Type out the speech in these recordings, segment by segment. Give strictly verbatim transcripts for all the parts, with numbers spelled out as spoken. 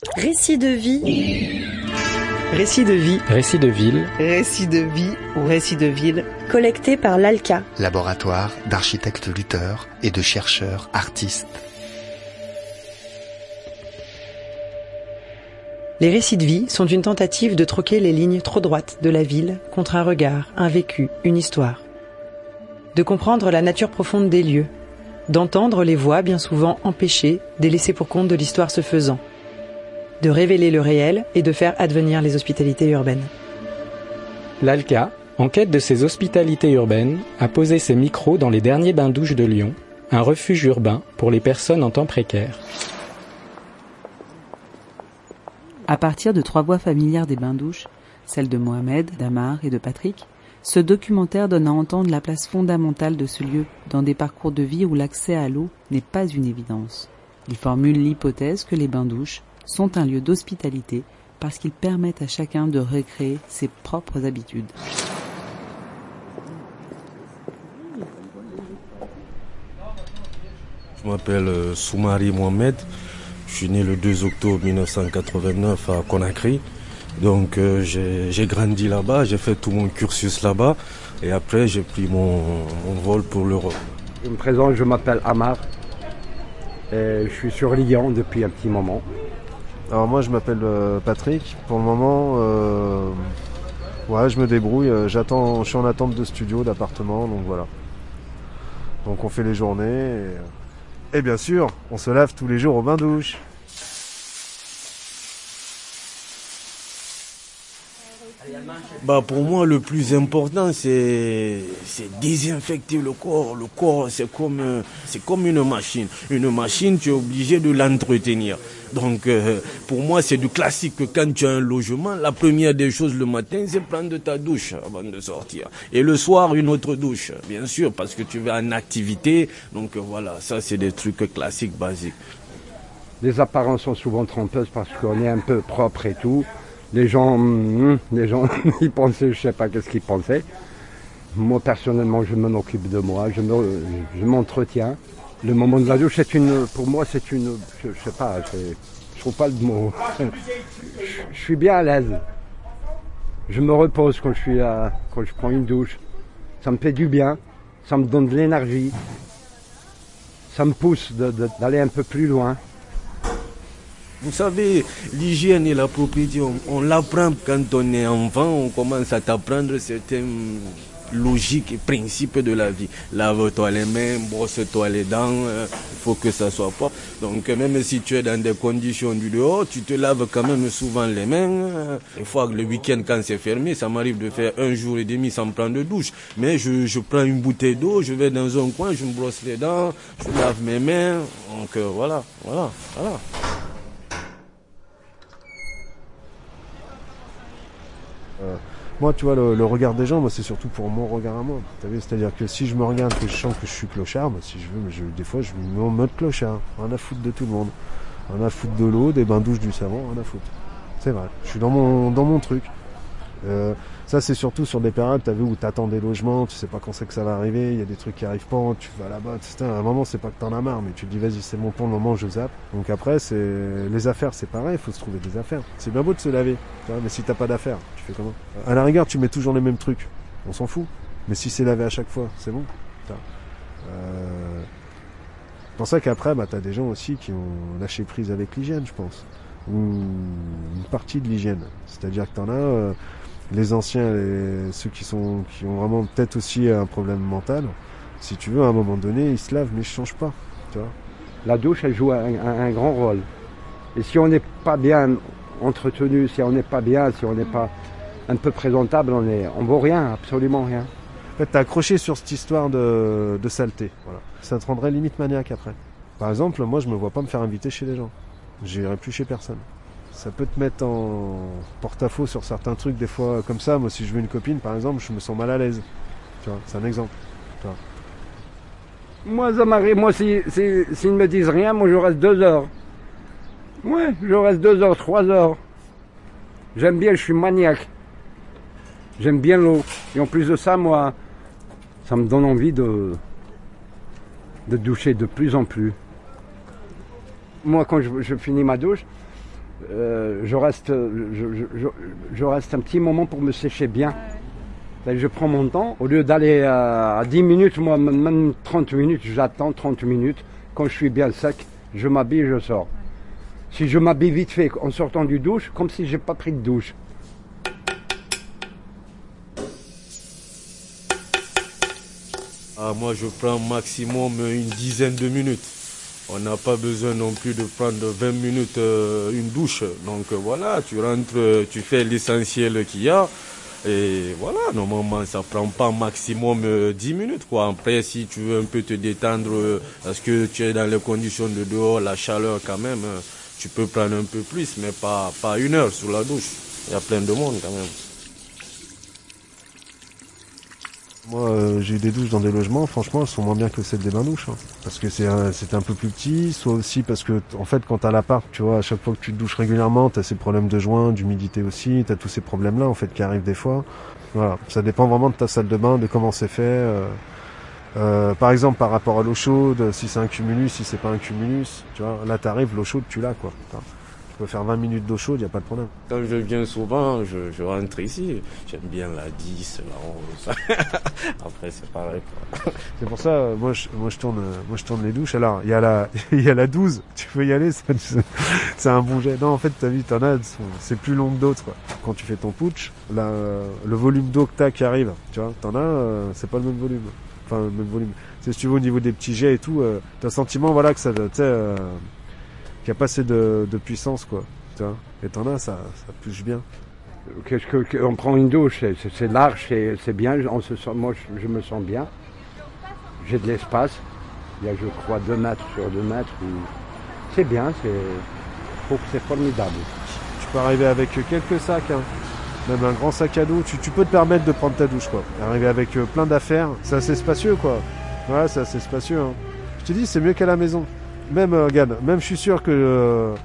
Récit de vie. Récit de vie. Récit de ville. Récit de vie ou récit de ville. Collecté par l'A L C A. Laboratoire d'architectes lutteurs et de chercheurs artistes. Les récits de vie sont une tentative de troquer les lignes trop droites de la ville contre un regard, un vécu, une histoire. De comprendre la nature profonde des lieux. D'entendre les voix bien souvent empêchées des laissés pour compte de l'histoire se faisant. De révéler le réel et de faire advenir les hospitalités urbaines. L'A L C A, en quête de ces hospitalités urbaines, a posé ses micros dans les derniers bains-douches de Lyon, un refuge urbain pour les personnes en temps précaire. À partir de trois voix familières des bains-douches, celles de Mohamed, d'Amar et de Patrick, ce documentaire donne à entendre la place fondamentale de ce lieu dans des parcours de vie où l'accès à l'eau n'est pas une évidence. Il formule l'hypothèse que les bains-douches sont un lieu d'hospitalité parce qu'ils permettent à chacun de recréer ses propres habitudes. Je m'appelle Soumari Mohamed, je suis né le deux octobre mille neuf cent quatre-vingt-neuf à Conakry. Donc euh, j'ai, j'ai grandi là-bas, j'ai fait tout mon cursus là-bas et après j'ai pris mon, mon vol pour l'Europe. Je me présente, je m'appelle Amar et je suis sur Lyon depuis un petit moment. Alors moi je m'appelle euh, Patrick, pour le moment euh, ouais, je me débrouille, j'attends, je suis en attente de studio, d'appartement, donc voilà. Donc on fait les journées et, et bien sûr on se lave tous les jours au bain-douche. Bah pour moi le plus important c'est c'est désinfecter le corps. Le corps c'est comme c'est comme une machine. Une machine tu es obligé de l'entretenir. Donc euh, pour moi c'est du classique que quand tu as un logement, la première des choses le matin c'est prendre ta douche avant de sortir. Et le soir une autre douche, bien sûr parce que tu vas en activité. Donc euh, voilà, ça c'est des trucs classiques basiques. Les apparences sont souvent trompeuses parce qu'on est un peu propre et tout. Les gens, les gens, ils pensaient, je sais pas qu'est-ce qu'ils pensaient. Moi, personnellement, je m'en occupe de moi, je, me, je m'entretiens. Le moment de la douche, c'est une, pour moi, c'est une, je, je sais pas, c'est, je trouve pas le mot. Je, je suis bien à l'aise. Je me repose quand je suis là, quand je prends une douche. Ça me fait du bien, ça me donne de l'énergie. Ça me pousse de, de, d'aller un peu plus loin. Vous savez, l'hygiène et la propriété, on, on l'apprend quand on est enfant, on commence à t'apprendre certaines logiques et principes de la vie. Lave-toi les mains, brosse-toi les dents, il euh, faut que ça soit propre. Donc même si tu es dans des conditions du dehors, tu te laves quand même souvent les mains. Des fois, le week-end quand c'est fermé, ça m'arrive de faire un jour et demi sans prendre de douche. Mais je, je prends une bouteille d'eau, je vais dans un coin, je me brosse les dents, je lave mes mains. Donc euh, voilà, voilà, voilà. Euh, moi, tu vois, le, le regard des gens, moi, c'est surtout pour mon regard à moi. T'as vu, c'est-à-dire que si je me regarde, que je sens que je suis clochard, bah, si je veux, mais je, des fois, je me mets en mode clochard. Rien à foutre de tout le monde. Rien à foutre de l'eau, des bains-douches, du savon, rien à foutre. C'est vrai. Je suis dans mon, dans mon truc. Euh, ça, c'est surtout sur des périodes, t'as vu, où t'attends des logements, tu sais pas quand c'est que ça va arriver, il y a des trucs qui arrivent pas, tu vas là-bas, et cetera. À un moment, c'est pas que t'en as marre, mais tu te dis, vas-y, c'est bon pour le moment, je zappe. Donc après, c'est les affaires, c'est pareil, il faut se trouver des affaires. C'est bien beau de se laver, tu vois, mais si t'as pas d'affaires, tu fais comment? À la rigueur, tu mets toujours les mêmes trucs, on s'en fout. Mais si c'est lavé à chaque fois, c'est bon. Euh... C'est pour ça qu'après, bah, t'as des gens aussi qui ont lâché prise avec l'hygiène, je pense. Ou une partie de l'hygiène. C'est-à-dire que t'en as... Euh... les anciens, les, ceux qui sont, qui ont vraiment peut-être aussi un problème mental, si tu veux, à un moment donné, ils se lavent, mais ils ne changent pas, tu vois. La douche, elle joue un, un, un grand rôle. Et si on n'est pas bien entretenu, si on n'est pas bien, si on n'est pas un peu présentable, on est, on vaut rien, absolument rien. En fait, t'es accroché sur cette histoire de, de saleté, voilà. Ça te rendrait limite maniaque après. Par exemple, moi, je me vois pas me faire inviter chez les gens. J'irai plus chez personne. Ça peut te mettre en porte-à-faux sur certains trucs, des fois comme ça. Moi, si je veux une copine, par exemple, je me sens mal à l'aise. Tu vois, c'est un exemple. Tu vois. Moi, ça m'arrive. Moi, s'ils si, si, si ne me disent rien, moi, je reste deux heures. Ouais, je reste deux heures, trois heures. J'aime bien, je suis maniaque. J'aime bien l'eau. Et en plus de ça, moi, ça me donne envie de, de doucher de plus en plus. Moi, quand je, je finis ma douche, euh, je, reste, je, je, je, je reste un petit moment pour me sécher bien. Je prends mon temps. Au lieu d'aller à, à dix minutes, moi, même trente minutes, j'attends trente minutes. Quand je suis bien sec, je m'habille et je sors. Si je m'habille vite fait en sortant du douche, comme si j'ai pas pris de douche. Ah, moi, je prends maximum une dizaine de minutes. On n'a pas besoin non plus de prendre vingt minutes euh, une douche. Donc euh, voilà, tu rentres, tu fais l'essentiel qu'il y a. Et voilà, normalement, ça prend pas maximum euh, dix minutes, quoi. Après, si tu veux un peu te détendre, euh, parce que tu es dans les conditions de dehors, la chaleur quand même, euh, tu peux prendre un peu plus, mais pas, pas une heure sous la douche. Il y a plein de monde quand même. Moi, euh, j'ai eu des douches dans des logements, franchement, elles sont moins bien que celles des bains-douches. Hein. Parce que c'est un, c'est un peu plus petit, soit aussi parce que, en fait, quand t'as l'appart, tu vois, à chaque fois que tu te douches régulièrement, t'as ces problèmes de joints, d'humidité aussi, t'as tous ces problèmes-là, en fait, qui arrivent des fois. Voilà. Ça dépend vraiment de ta salle de bain, de comment c'est fait. Euh, euh, par exemple, par rapport à l'eau chaude, si c'est un cumulus, si c'est pas un cumulus, tu vois, là, t'arrives, l'eau chaude, tu l'as, quoi. Putain. Tu peux faire vingt minutes d'eau chaude, il n'y a pas de problème. Quand je viens souvent, je, je rentre ici. J'aime bien la dix, la onze. Après, c'est pareil, quoi. C'est pour ça, moi je, moi, je tourne, moi, je tourne les douches. Alors, il y a la, il y a la douze. Tu peux y aller, c'est, c'est un bon jet. Non, en fait, t'as vu, t'en as, c'est plus long que d'autres, quoi. Quand tu fais ton putsch, là, le volume d'eau que t'as qui arrive, tu vois, t'en as, c'est pas le même volume. Enfin, le même volume. C'est, si tu veux, au niveau des petits jets et tout, euh, t'as le sentiment, voilà, que ça, tu sais, euh, qu'il n'y a pas assez de, de puissance, quoi. Tu vois. Et t'en as, ça, ça puge bien. Qu'est-ce que, que on prend une douche, c'est, c'est, c'est large, c'est, c'est bien. On se sent, moi, je, je me sens bien. J'ai de l'espace. Il y a, je crois, deux mètres sur deux mètres. C'est bien, c'est, je trouve que c'est formidable. Tu peux arriver avec quelques sacs, hein. Même un grand sac à dos. Tu, tu peux te permettre de prendre ta douche, quoi. Arriver avec plein d'affaires. C'est assez spacieux, quoi. Ouais, c'est assez spacieux, hein. Je te dis, c'est mieux qu'à la maison. Même, euh, regarde, même je suis sûr que euh,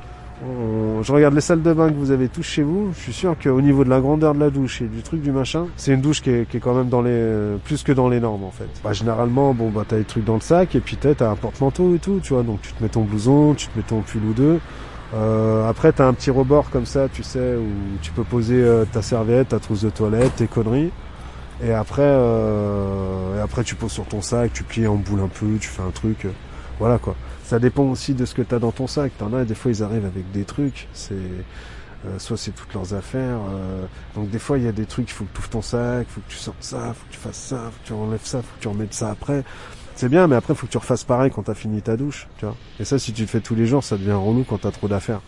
on, je regarde les salles de bain que vous avez tous chez vous, je suis sûr qu'au niveau de la grandeur de la douche et du truc du machin, c'est une douche qui est, qui est quand même dans les euh, plus que dans les normes en fait. Bah généralement, bon bah t'as les trucs dans le sac et puis t'as, t'as un porte-manteau et tout, tu vois, donc tu te mets ton blouson, tu te mets ton pull ou deux. Euh, après t'as un petit rebord comme ça, tu sais, où tu peux poser euh, ta serviette, ta trousse de toilette, tes conneries. Et après, euh, et après tu poses sur ton sac, tu plies en boule un peu, tu fais un truc, euh, voilà quoi. Ça dépend aussi de ce que tu as dans ton sac. T'en as, des fois, ils arrivent avec des trucs. C'est, euh, soit c'est toutes leurs affaires. Euh, donc, des fois, il y a des trucs, il faut que tu ouvres ton sac, il faut que tu sortes ça, il faut que tu fasses ça, il faut que tu enlèves ça, il faut que tu remettes ça après. C'est bien, mais après, il faut que tu refasses pareil quand tu as fini ta douche. Tu vois. Et ça, si tu le fais tous les jours, ça devient relou quand tu as trop d'affaires.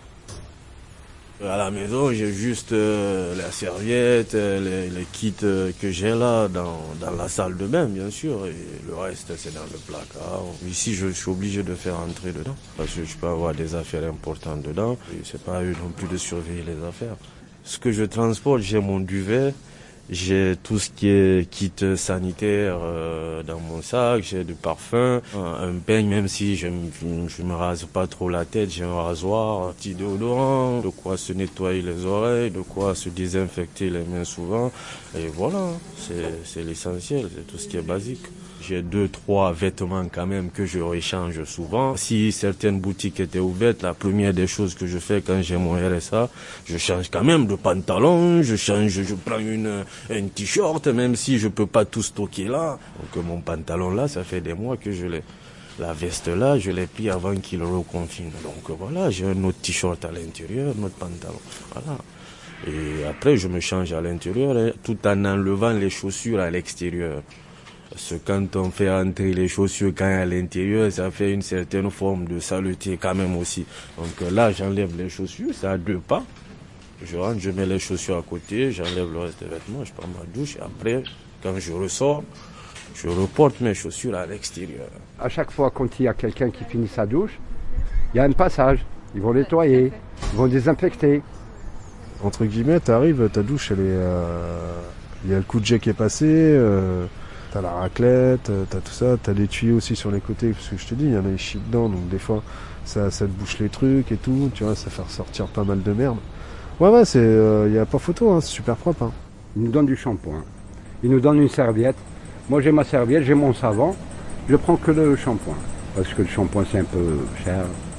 À la maison, j'ai juste euh, la serviette, les, les kits euh, que j'ai là dans, dans la salle de bain, bien sûr, et le reste, c'est dans le placard. Ici, je suis obligé de faire entrer dedans, parce que je peux avoir des affaires importantes dedans, et c'est pas à eux non plus de surveiller les affaires. Ce que je transporte, j'ai mon duvet, j'ai tout ce qui est kit sanitaire euh, dans mon sac, j'ai du parfum, un peigne, même si je ne je me rase pas trop la tête, j'ai un rasoir, un petit déodorant, de quoi se nettoyer les oreilles, de quoi se désinfecter les mains souvent. Et voilà, c'est, c'est l'essentiel, c'est tout ce qui est basique. J'ai deux, trois vêtements quand même que je réchange souvent. Si certaines boutiques étaient ouvertes, la première des choses que je fais quand j'ai mon R S A, je change quand même de pantalon, je change, je prends une, un t-shirt, même si je peux pas tout stocker là. Donc mon pantalon là, ça fait des mois que je l'ai. La veste là, je l'ai pris avant qu'il reconfine. Donc voilà, j'ai un autre t-shirt à l'intérieur, un autre pantalon. Voilà. Et après, je me change à l'intérieur, tout en enlevant les chaussures à l'extérieur. Parce que quand on fait entrer les chaussures quand à l'intérieur, ça fait une certaine forme de saleté quand même aussi. Donc là, j'enlève les chaussures, c'est à deux pas. Je rentre, je mets les chaussures à côté, j'enlève le reste des vêtements, je prends ma douche. Et après, quand je ressors, je reporte mes chaussures à l'extérieur. À chaque fois, quand il y a quelqu'un qui finit sa douche, il y a un passage. Ils vont nettoyer, ils vont désinfecter. Entre guillemets, t'arrives, ta douche, elle est, euh, il y a le coup de jet qui est passé. Euh... T'as la raclette, t'as tout ça, t'as les tuyaux aussi sur les côtés, parce que je te dis, il y en a des chis dedans, donc des fois, ça, ça te bouche les trucs et tout, tu vois, ça fait ressortir pas mal de merde. Ouais, ouais, c'est, il euh, y a pas photo, hein, c'est super propre. Hein. Ils nous donnent du shampoing, ils nous donnent une serviette. Moi, j'ai ma serviette, j'ai mon savon, je prends que le shampoing, parce que le shampoing, c'est un peu cher.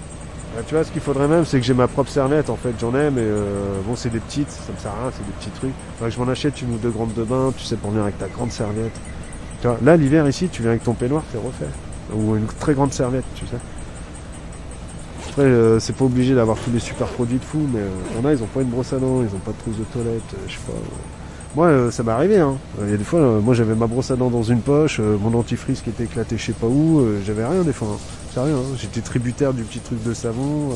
Bah, tu vois, ce qu'il faudrait même, c'est que j'ai ma propre serviette. En fait, j'en ai, mais euh, bon, c'est des petites, ça me sert à rien, c'est des petits trucs. Faudrait que je m'en achète une ou deux grandes de bain, tu sais, pour venir avec ta grande serviette. Tu vois, là, l'hiver, ici, tu viens avec ton peignoir, t'es refait. Ou une très grande serviette, tu sais. Après, euh, c'est pas obligé d'avoir tous les super produits de fou, mais euh, y en a, ils ont pas une brosse à dents, ils ont pas de trousse de toilette, euh, je sais pas. Euh. Moi, euh, ça m'est arrivé, hein. Il y a des fois, euh, moi, j'avais ma brosse à dents dans une poche, euh, mon dentifrice qui était éclaté je sais pas où, euh, j'avais rien des fois. Hein. Sérieux, hein. J'étais tributaire du petit truc de savon. Euh.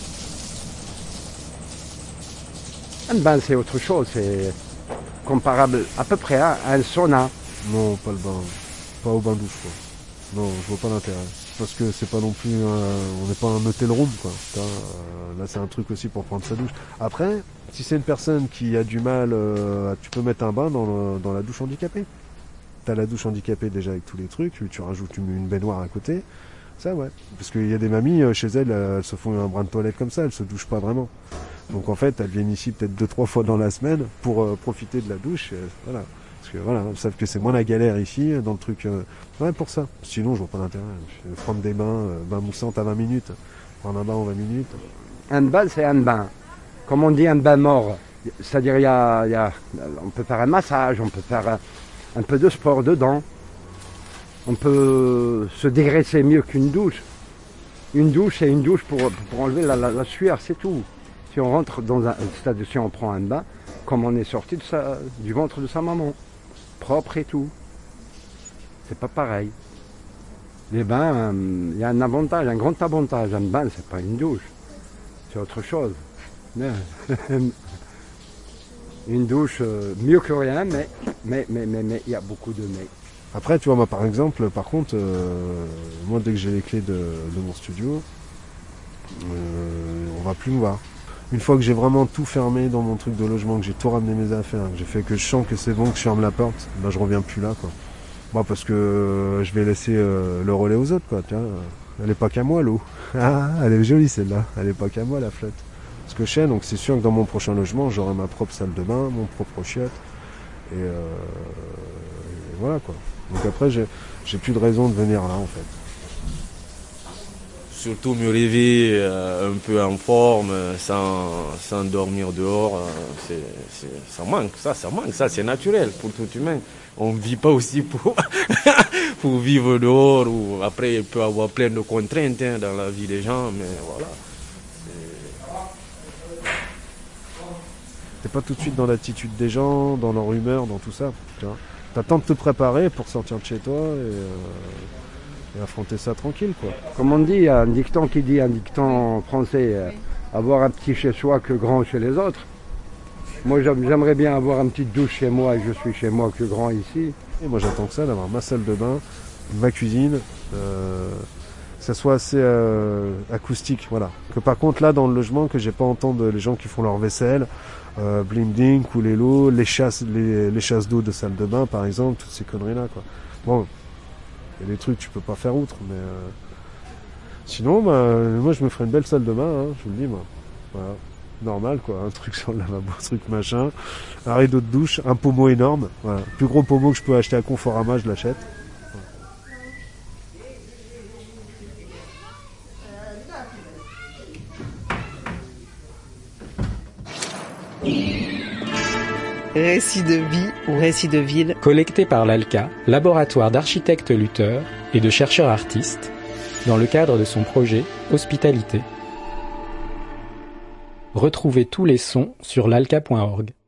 Un bain, c'est autre chose, c'est comparable à peu près à un sauna. Non, pas le bain. Pas au bain douche, quoi. Non, je vois pas l'intérêt. Parce que c'est pas non plus un, on n'est pas un hotel room, quoi. Putain, euh, là, c'est un truc aussi pour prendre sa douche. Après, si c'est une personne qui a du mal, euh, tu peux mettre un bain dans, le, dans la douche handicapée. T'as la douche handicapée déjà avec tous les trucs, tu rajoutes une, une baignoire à côté. Ça, ouais. Parce qu'il y a des mamies, euh, chez elles, elles se font un brin de toilette comme ça, elles se douchent pas vraiment. Donc en fait, elles viennent ici peut-être deux, trois fois dans la semaine pour euh, profiter de la douche. Euh, voilà. Parce que voilà, ils savent que c'est moins la galère ici, dans le truc. Euh, ouais, pour ça. Sinon, je vois pas d'intérêt. Prendre des bains, euh, bains moussants à vingt minutes. Prendre un bain en vingt minutes. Un bain, c'est un bain. Comme on dit, un bain mort. C'est-à-dire, il y a, il y a, on peut faire un massage, on peut faire un, un peu de sport dedans. On peut se dégraisser mieux qu'une douche. Une douche, c'est une douche pour, pour enlever la, la, la sueur, c'est tout. Si on rentre dans un, c'est-à-dire si on prend un bain, comme on est sorti de sa, du ventre de sa maman, propre et tout. C'est pas pareil. Les bains, il euh, y a un avantage, un grand avantage. Un bain, c'est pas une douche, c'est autre chose. Une douche, euh, mieux que rien, mais mais mais mais mais il y a beaucoup de mais. Après, tu vois, moi, par exemple, par contre, euh, moi, dès que j'ai les clés de, de mon studio, euh, on va plus me voir. Une fois que j'ai vraiment tout fermé dans mon truc de logement, que j'ai tout ramené mes affaires, que j'ai fait que je sens que c'est bon, que je ferme la porte, ben je reviens plus là, quoi. Moi, parce que euh, je vais laisser euh, le relais aux autres, quoi. Tiens, elle est pas qu'à moi, l'eau. Ah, elle est jolie, celle-là. Elle est pas qu'à moi, la flotte. Parce que je sais, donc c'est sûr que dans mon prochain logement, j'aurai ma propre salle de bain, mon propre chiotte. Et, euh, et voilà, quoi. Donc après, j'ai, j'ai plus de raison de venir là, en fait. Surtout me réveiller euh, un peu en forme, sans, sans dormir dehors, euh, c'est, c'est, ça manque, ça, ça manque, ça c'est naturel pour tout humain. On ne vit pas aussi pour, pour vivre dehors, ou après il peut y avoir plein de contraintes hein, dans la vie des gens, mais voilà. T'es pas tout de suite dans l'attitude des gens, dans leur humeur, dans tout ça, tu vois. T'attends de te préparer pour sortir de chez toi et... Euh... et affronter ça tranquille, quoi. Comme on dit, il y a un dicton qui dit, un dicton français, euh, avoir un petit chez soi que grand chez les autres. Moi, j'aimerais bien avoir une petite douche chez moi et je suis chez moi que grand ici. Et moi, j'attends que ça, d'avoir ma salle de bain, ma cuisine, euh, que ça soit assez euh, acoustique, voilà. Que par contre, là, dans le logement, que j'ai pas entendre les gens qui font leur vaisselle, euh, blinding, couler l'eau, les chasses, les, les chasses d'eau de salle de bain, par exemple, toutes ces conneries-là, quoi. Bon. Il y a des trucs que tu peux pas faire outre, mais euh... sinon, bah, moi je me ferais une belle salle de bain, hein, je vous le dis, moi. Voilà. Normal, quoi, un truc sur le lavabo, un truc machin, un rideau de douche, un pommeau énorme, voilà. Le plus gros pommeau que je peux acheter à Conforama, je l'achète. Récits de vie ou récits de ville. Collecté par l'A L C A, laboratoire d'architectes lutteurs et de chercheurs artistes, dans le cadre de son projet Hospitalité. Retrouvez tous les sons sur lalca point org.